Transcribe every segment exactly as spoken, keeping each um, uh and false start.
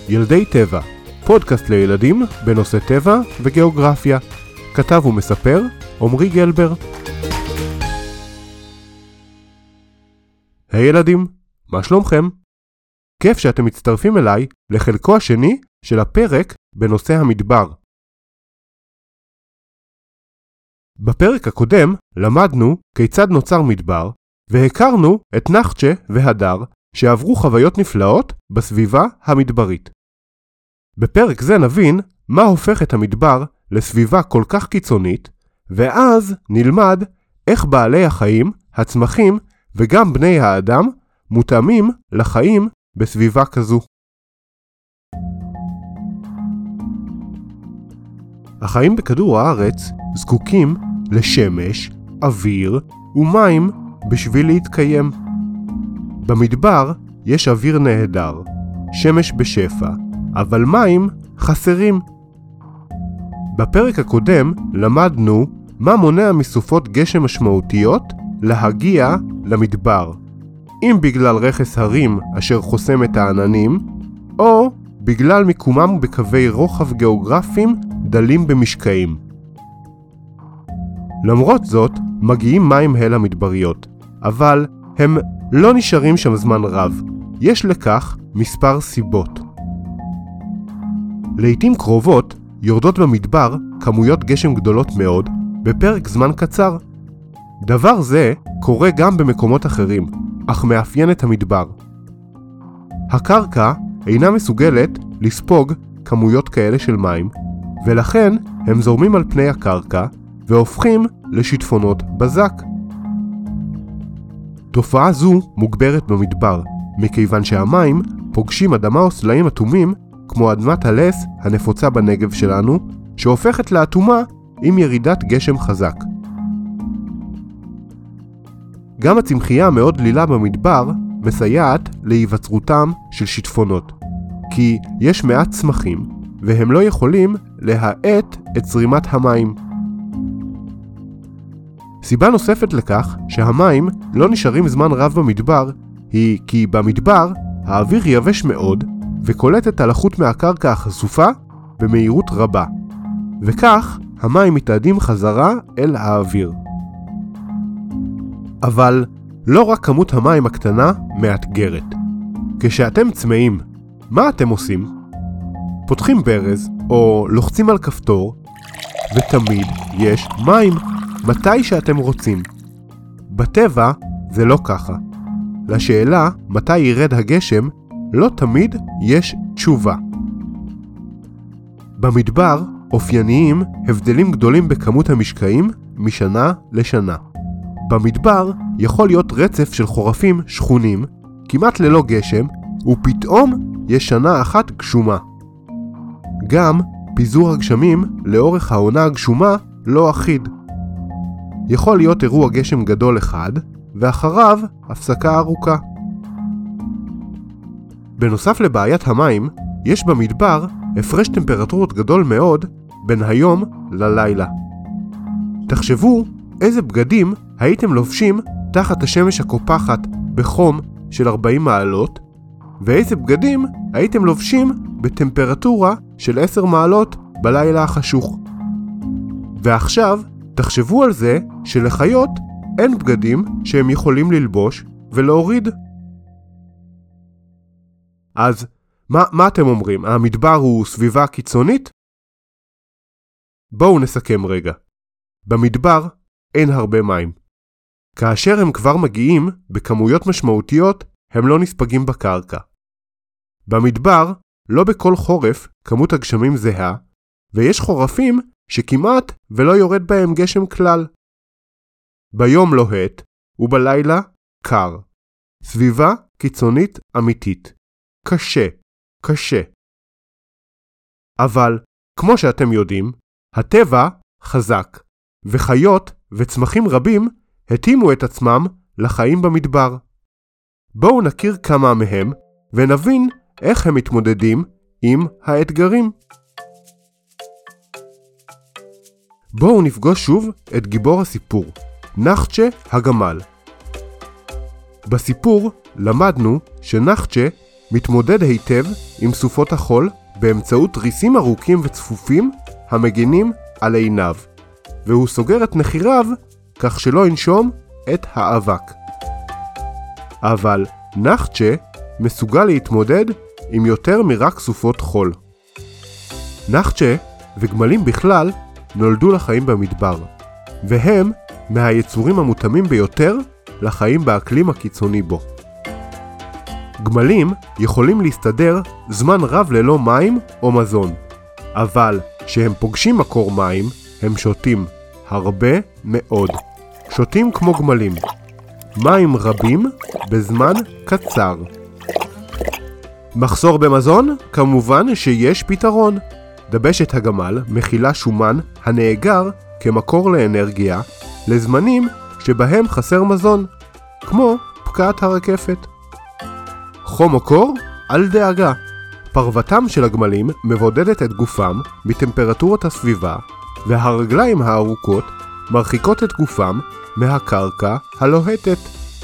ילדי טבע, פודקאסט לילדים בנושא טבע וגיאוגרפיה. כתב ומספר עומרי גלבר. היי ילדים, מה שלומכם? כיף שאתם מצטרפים אליי לחלקו השני של הפרק בנושא המדבר. בפרק הקודם למדנו כיצד נוצר מדבר, והכרנו את נחצ'ה והדר שעברו חוויות נפלאות בסביבה המדברית. בפרק זה נבין מה הופך את המדבר לסביבה כל כך קיצונית, ואז נלמד איך בעלי החיים, הצמחים וגם בני האדם מותאמים לחיים בסביבה כזו. החיים בכדור הארץ זקוקים לשמש, אוויר ומים בשביל להתקיים. במדבר יש אוויר נהדר, שמש בשפע, אבל מים חסרים. בפרק הקודם למדנו מה מונע מסופות גשם משמעותיות להגיע למדבר, אם בגלל רכס הרים אשר חוסם את העננים, או בגלל מיקומם בקווי רוחב גיאוגרפיים דלים במשקעים. למרות זאת, מגיעים מים אל המדבריות, אבל הם לא נשארים שם זמן רב. יש לכך מספר סיבות. לעתים קרובות יורדות במדבר כמויות גשם גדולות מאוד בפרק זמן קצר. דבר זה קורה גם במקומות אחרים, אך מאפיין את המדבר. הקרקע אינה מסוגלת לספוג כמויות כאלה של מים, ולכן הם זורמים על פני הקרקע והופכים לשיטפונות בזק. תופעה זו מוגברת במדבר, מכיוון שהמים פוגשים אדמה או סלעים אטומים, כמו אדמת הלס הנפוצה בנגב שלנו, שהופכת לאטומה עם ירידת גשם חזק. גם הצמחייה המאוד דלילה במדבר מסייעת להיווצרותם של שיטפונות, כי יש מעט צמחים, והם לא יכולים להאט את זרימת המים. סיבה נוספת לכך שהמים לא נשארים זמן רב במדבר, היא כי במדבר האוויר יבש מאוד וקולט את הלחות מהקרקע החשופה במהירות רבה, וכך המים מתאדים חזרה אל האוויר. אבל לא רק כמות המים הקטנה מאתגרת. כשאתם צמאים, מה אתם עושים? פותחים ברז או לוחצים על כפתור, ותמיד יש מים מתי שאתם רוצים. בטבע זה לא ככה. לשאלה מתי ירד הגשם לא תמיד יש תשובה. במדבר אופייניים הבדלים גדולים בכמות המשקעים משנה לשנה. במדבר יכול להיות רצף של חורפים שכונים, כמעט ללא גשם, ופתאום יש שנה אחת גשומה. גם פיזור הגשמים לאורך העונה הגשומה לא אחיד. יכול להיות אירוע גשם גדול אחד, ואחריו הפסקה ארוכה. בנוסף לבעיית המים, יש במדבר הפרש טמפרטורות גדול מאוד בין היום ללילה. תחשבו איזה בגדים הייתם לובשים תחת השמש הקופחת בחום של ארבעים מעלות, ואיזה בגדים הייתם לובשים בטמפרטורה של עשר מעלות בלילה החשוך. ועכשיו תחשבו על זה שלחיות אין בגדים שהם יכולים ללבוש ולהוריד. אז מה, מה אתם אומרים? המדבר הוא סביבה קיצונית? בואו נסכם רגע. במדבר אין הרבה מים. כאשר הם כבר מגיעים בכמויות משמעותיות, הם לא נספגים בקרקע. במדבר לא בכל חורף כמות הגשמים זהה, ויש חורפים שכמעט ולא יורד בהם גשם כלל. ביום לוהט ובלילה קר. סביבה קיצונית אמיתית. קשה, קשה. אבל, כמו שאתם יודעים, הטבע חזק, וחיות וצמחים רבים התאימו את עצמם לחיים במדבר. בואו נכיר כמה מהם ונבין איך הם מתמודדים עם האתגרים. בואו נפגוש שוב את גיבור הסיפור, נחצ'ה הגמל. בסיפור למדנו שנחצ'ה מתמודד היטב עם סופות החול באמצעות ריסים ארוכים וצפופים המגינים על עיניו, והוא סוגר את נחיריו כך שלא ינשום את האבק. אבל נחצ'ה מסוגל להתמודד עם יותר מרק סופות חול. נחצ'ה וגמלים בכלל נולדו לחיים במדבר, והם מהיצורים המותאמים ביותר לחיים באקלים הקיצוני בו. גמלים יכולים להסתדר זמן רב ללא מים או מזון, אבל כשהם פוגשים מקור מים, הם שותים הרבה מאוד. שותים כמו גמלים. מים רבים בזמן קצר. מחסור במזון? כמובן שיש פתרון. דבשת הגמל מכילה שומן הנאגר כמקור לאנרגיה לזמנים שבהם חסר מזון, כמו פקעת הרקפת. חום או קור? אל דאגה. פרוותם של הגמלים מבודדת את גופם מטמפרטורת הסביבה, והרגליים הארוכות מרחיקות את גופם מהקרקע הלוהטת.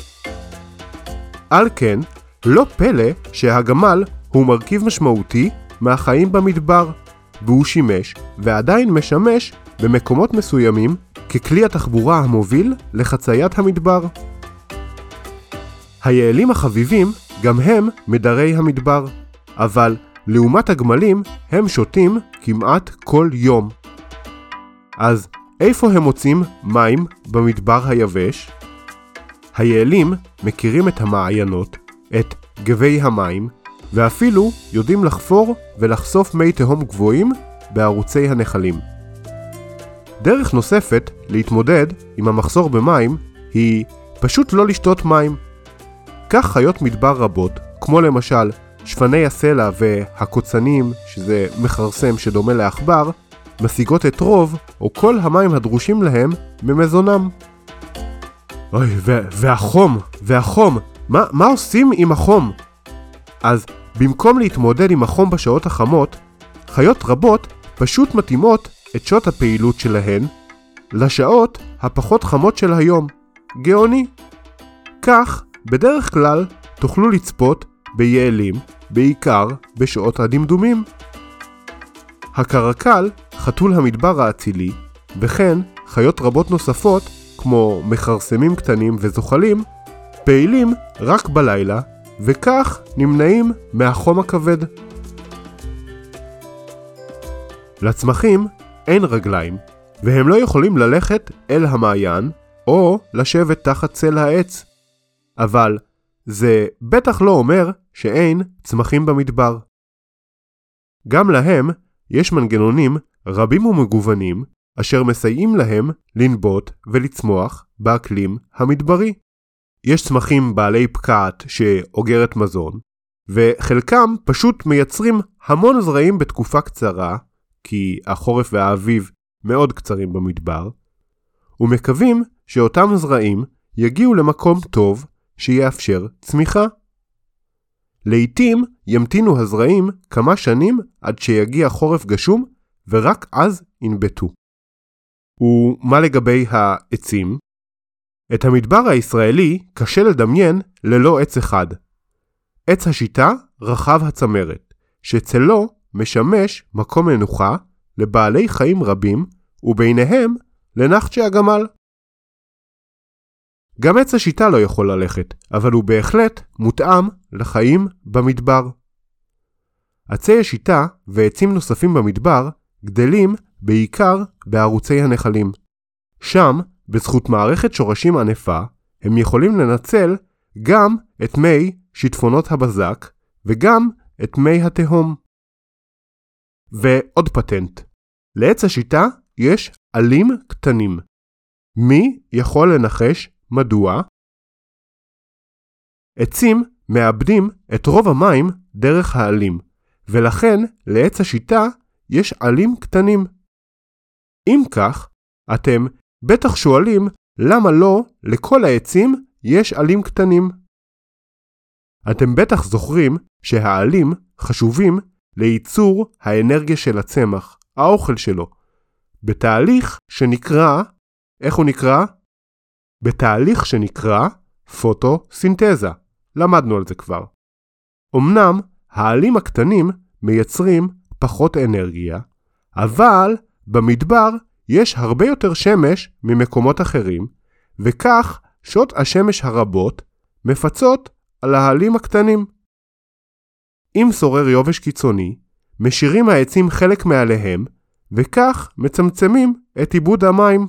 על כן, לא פלא שהגמל הוא מרכיב משמעותי מהחיים במדבר, והוא שימש ועדיין משמש במקומות מסוימים ככלי התחבורה המוביל לחציית המדבר. היעלים החביבים גם הם מדרי המדבר, אבל לעומת הגמלים הם שותים כמעט כל יום. אז איפה הם מוצאים מים במדבר היבש? היעלים מכירים את המעיינות, את גבי המים, ואפילו יודעים לחפור ולחשוף מי תהום גבוהים בערוצי הנחלים. דרך נוספת להתמודד עם המחסור במים היא פשוט לא לשתות מים. כך חיות מדבר רבות, כמו למשל שפני הסלע והקוצנים, שזה מחרסם שדומה לעכבר, משיגות את רוב או כל המים הדרושים להם ממזונם. אוי, ו- והחום, והחום, מה, מה עושים עם החום? אז במקום להתמודד עם החום בשעות החמות, חיות רבות פשוט מתאימות את שעות הפעילות שלהן לשעות הפחות חמות של היום. גאוני. כך, בדרך כלל, תוכלו לצפות ביעלים, בעיקר בשעות הדמדומים. הקרקל, חתול המדבר האצילי, וכן חיות רבות נוספות, כמו מחרסמים קטנים וזוחלים, פעילים רק בלילה, וכך נמנעים מהחום הכבד. לצמחים אין רגליים, והם לא יכולים ללכת אל המעיין או לשבת תחת צל העץ. אבל זה בטח לא אומר שאין צמחים במדבר. גם להם יש מנגנונים רבים ומגוונים אשר מסייעים להם לנבוט ולצמוח באקלים המדברי. יש צמחים בעלי פקעת שאוגרת מזון, וחלקם פשוט מייצרים המון זרעים בתקופה קצרה, כי החורף והאביב מאוד קצרים במדבר, ומקווים שאותם זרעים יגיעו למקום טוב שיאפשר צמיחה. לעתים ימתינו הזרעים כמה שנים עד שיגיע חורף גשום, ורק אז ינבטו. ומה לגבי העצים? את המדבר הישראלי קשה לדמיין ללא עץ אחד. עץ השיטה רחב הצמרת, שצלו משמש מקום מנוחה לבעלי חיים רבים, וביניהם לנחצ'ה הגמל. גם עץ השיטה לא יכול ללכת, אבל הוא בהחלט מותאם לחיים במדבר. עצי השיטה ועצים נוספים במדבר גדלים בעיקר בערוצי הנחלים. שם, בזכות מערכת שורשים ענפה, הם יכולים לנצל גם את מי שיטפונות הבזק וגם את מי התהום. ועוד פטנט. לעץ השיטה יש עלים קטנים. מי יכול לנחש מדוע? עצים מאבדים את רוב המים דרך העלים, ולכן לעץ השיטה יש עלים קטנים. אם כך, אתם בטח שואלים למה לא לכל העצים יש עלים קטנים. אתם בטח זוכרים שהעלים חשובים לייצור האנרגיה של הצמח, האוכל שלו, בתהליך שנקרא, איך הוא נקרא? בתהליך שנקרא פוטוסינתזה. למדנו על זה כבר. אמנם העלים הקטנים מייצרים פחות אנרגיה, אבל במדבר יש הרבה יותר שמש ממקומות אחרים, וכך שעות השמש הרבות מפצות על העלים הקטנים. אם שורר יובש קיצוני, משאירים העצים חלק מעליהם, וכך מצמצמים את איבוד המים.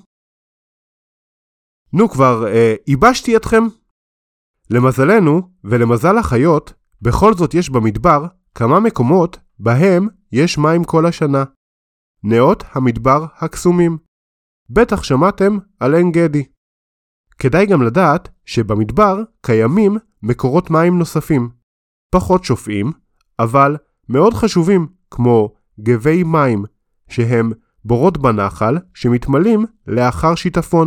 נו כבר, אה, איבשתי אתכם? למזלנו ולמזל החיות, בכל זאת יש במדבר כמה מקומות בהם יש מים כל השנה. נאות המדבר הקסומים. בטח שמעתם על עין גדי. כדאי גם לדעת שבמדבר קיימים מקורות מים נוספים, פחות שופעים, אבל מאוד חשובים, כמו גבי מים, שהם בורות בנחל שמתמלאים לאחר שיטפון.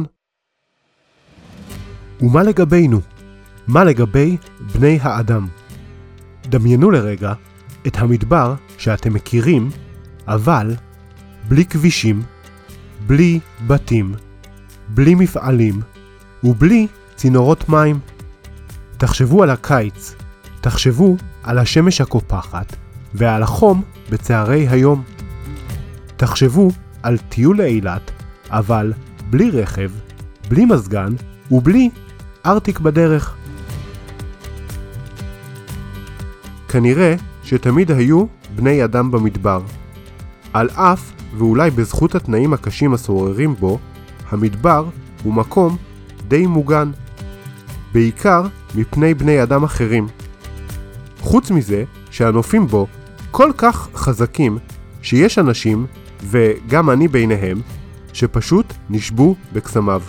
ומה לגבינו? מה לגבי בני האדם? דמיינו לרגע את המדבר שאתם מכירים, אבל בלי כבישים, בלי בתים, בלי מפעלים ובלי צינורות מים. תחשבו על הקיץ, תחשבו על השמש הקופחת ועל החום בצהרי היום. תחשבו על טיול לאילת, אבל בלי רכב, בלי מזגן ובלי ארטיק בדרך. כנראה שתמיד היו בני אדם במדבר. על אף ואולי בזכות התנאים הקשים השוררים בו, המדבר הוא מקום די מוגן, בעיקר מפני בני אדם אחרים. חוץ מזה שהנופים בו כל כך חזקים שיש אנשים, וגם אני ביניהם, שפשוט נשבו בקסמיו.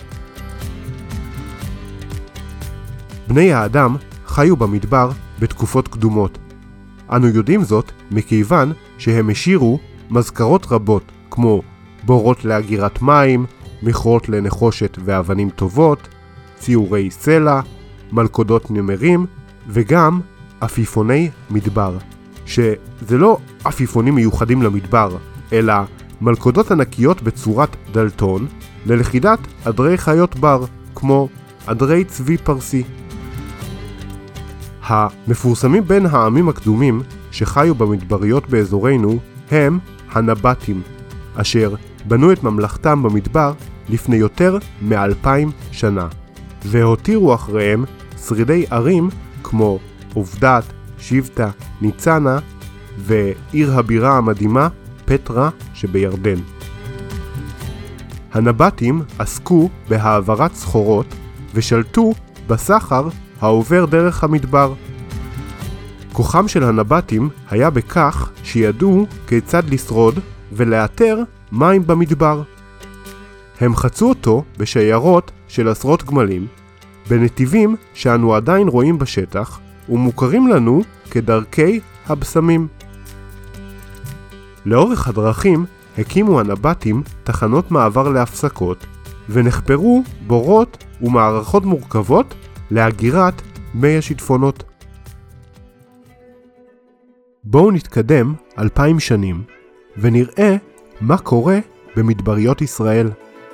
בני האדם חיו במדבר בתקופות קדומות. אנו יודעים זאת מכיוון שהם השאירו מזכרות רבות, כמו בורות לאגירת מים, מכרות לנחושת ואבנים טובות, ציורי סלע, מלכודות נמרים, וגם עפיפוני מדבר, שזה לא עפיפונים מיוחדים למדבר, אלא מלכודות ענקיות בצורת דלתון ללכידת עדרי חיות בר, כמו עדרי צבי פרסי. המפורסמים בין העמים הקדומים שחיו במדבריות באזורנו הם הנבטים, אשר בנו את ממלכתם במדבר לפני יותר מאלפיים שנה, והותירו אחריהם שרידי ערים כמו עובדת, שבטה, ניצנה ועיר הבירה המדהימה פטרה שבירדן. הנבטים עסקו בהעברת סחורות ושלטו בסחר העובר דרך המדבר. כוחם של הנבטים היה בכך שידעו כיצד לשרוד ולאתר מים במדבר. הם חצו אותו בשיירות של עשרות גמלים, בנתיבים שאנו עדיין רואים בשטח ומוכרים לנו כדרכי הבשמים. לאורך הדרכים הקימו הנבטים תחנות מעבר להפסקות, ונחפרו בורות ומערכות מורכבות להגירת מי השיטפונות. בואו נתקדם אלפיים שנים ונראה מה קורה במדבריות ישראל.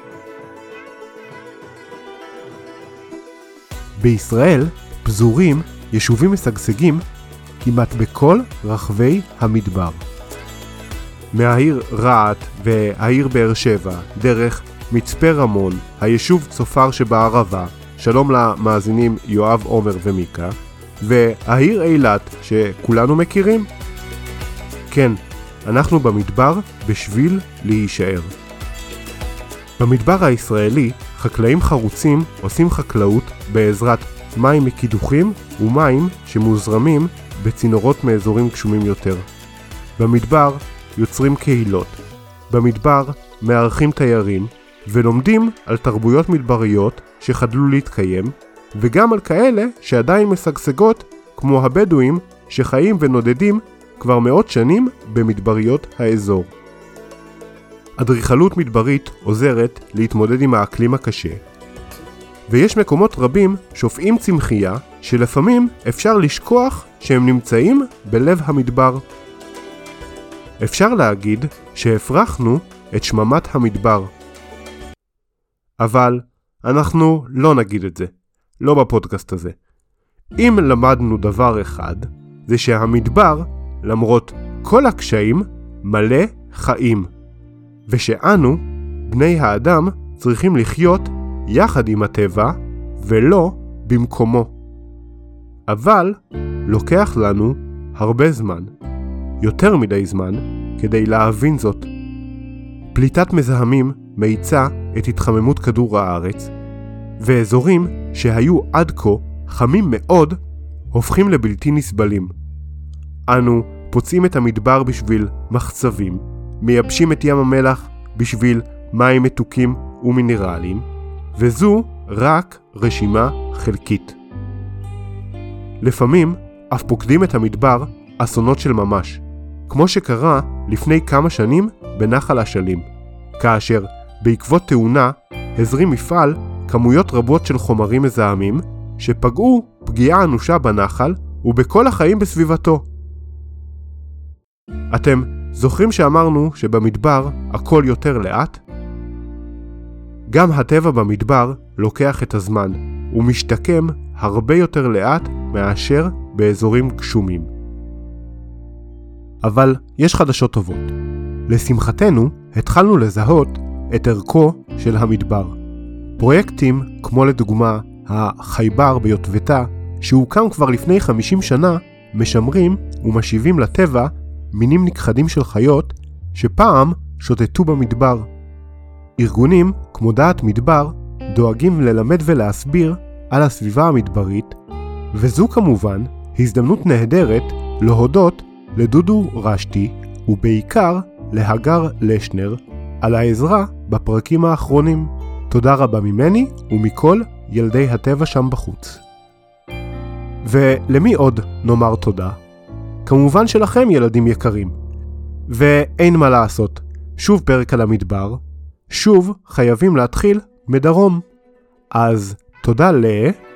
בישראל פזורים יישובים משגשגים כמעט בכל רחבי המדבר. מהעיר רעת והעיר באר שבע, דרך מצפה רמון, היישוב צופר שבערבה, שלום למאזינים יואב, עומר ומיקה, והעיר אילת שכולנו מכירים. כן, אנחנו במדבר בשביל להישאר. במדבר הישראלי חקלאים חרוצים עושים חקלאות בעזרת מים מקידוחים ומים שמוזרמים בצינורות מאזורים גשומים יותר. במדבר יוצרים קהילות. במדבר מארחים תיירים ולומדים על תרבויות מדבריות שחדלו להתקיים, וגם על כאלה שעדיין משגשגות, כמו הבדואים שחיים ונודדים כבר מאות שנים במדבריות האזור. אדריכלות מדברית עוזרת להתמודד עם האקלים הקשה, ויש מקומות רבים שופעים צמחייה שלפעמים אפשר לשכוח שהם נמצאים בלב המדבר. אפשר להגיד שהפרחנו את שממת המדבר. אבל אנחנו לא נגיד את זה, לא בפודקאסט הזה. אם למדנו דבר אחד, זה שהמדבר, למרות כל הקשיים, מלא חיים. ושאנו, בני האדם, צריכים לחיות יחד עם הטבע ולא במקומו. אבל לוקח לנו הרבה זמן, יותר מדי זמן, כדי להבין זאת. פליטת מזהמים מאיצה את התחממות כדור הארץ, ואזורים שהיו עד כה חמים מאוד הופכים לבלתי נסבלים. אנו פוצעים את המדבר בשביל מחצבים, מייבשים את ים המלח בשביל מים מתוקים ומינרלים, וזו רק רשימה חלקית. לפעמים אף פוקדים את המדבר אסונות של ממש, כמו שקרה לפני כמה שנים בנחל אשלים, כאשר בעקבות תאונה הזרים מפעל כמויות רבות של חומרים מזהמים שפגעו פגיעה אנושה בנחל ובכל החיים בסביבתו. אתם זוכרים שאמרנו שבמדבר הכל יותר לאט? גם הטבע במדבר לוקח את הזמן ומשתקם הרבה יותר לאט מאשר באזורים גשומים. אבל יש חדשות טובות. לשמחתנו התחלנו לזהות את ערכו של המדבר. פרויקטים כמו לדוגמה החייבר ביוטבתה, שהוקם כבר לפני חמישים שנה, משמרים ומשיבים לטבע מינים נכחדים של חיות שפעם שוטטו במדבר. ארגונים כמו דעת מדבר דואגים ללמד ולהסביר על הסביבה המדברית, וזו כמובן הזדמנות נהדרת להודות לדודו רשתי ובעיקר להגר לשנר על העזרה בפרקים האחרונים. תודה רבה ממני ומכל ילדי הטבע שם בחוץ. ולמי עוד נאמר תודה? כמובן שלכם ילדים יקרים. ואין מה לעשות, שוב פרק על המדבר, שוב חייבים להתחיל מדרום. אז תודה ל...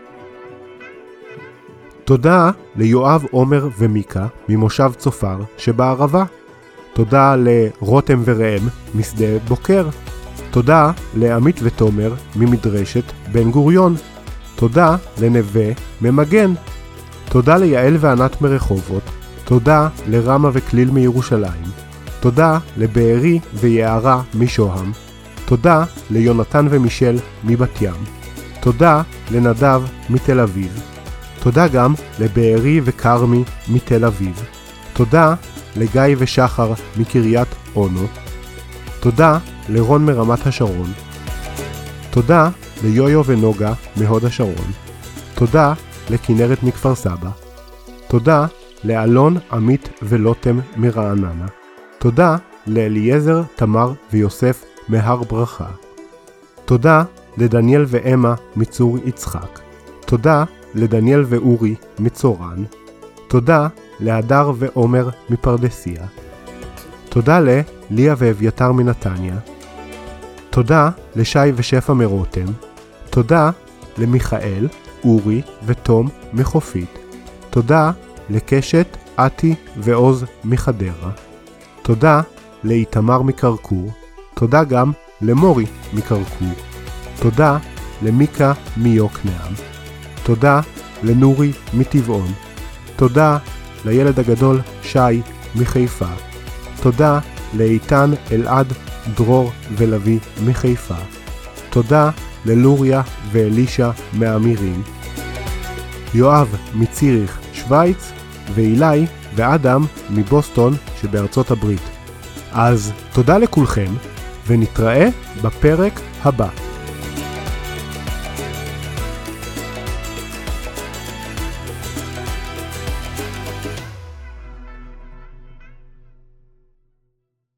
תודה ליואב, עומר ומיקה ממושב צופר שבערבה. תודה לרותם וראם משדה בוקר. תודה לעמית ותומר ממדרשת בן גוריון. תודה לנווה ממגן. תודה ליעל וענת מרחובות. תודה לרמה וכליל מירושלים. תודה לבארי ויערה משוהם. תודה ליונתן ומישל מבת ים. תודה לנדב מתל אביב. תודה גם לבארי וקרמי מתל אביב. תודה לגיא ושחר מקריית אונו. תודה לרון מרמת השרון. תודה ליויו ונוגה מהוד השרון. תודה לכנרת מכפר סבא. תודה לאלון, עמית ולוטם מרעננה. תודה לאליעזר, תמר ויוסף מהר ברכה. תודה לדניאל ואמה מצור יצחק. תודה לדניאל ואורי מצורן. תודה להדר ועומר מפרדסיה. תודה לליה ואביתר מנתניה. תודה לשי ושפע מרותם. תודה למיכאל, אורי ותום מחופית. תודה לקשת, עתי ועוז מחדרה. תודה לאיתמר מקרקור. תודה גם למורי מקרקור. תודה למיקה מיוקנעם. תודה לנורי מטבעון. תודה לילד הגדול שי מחיפה. תודה לאיתן, אלעד, דרור ולוי מחיפה. תודה ללוריה ואלישה מאמירים. יואב מציריך שוויץ ואילי ואדם מבוסטון שבארצות הברית. אז תודה לכולכם ונתראה בפרק הבא.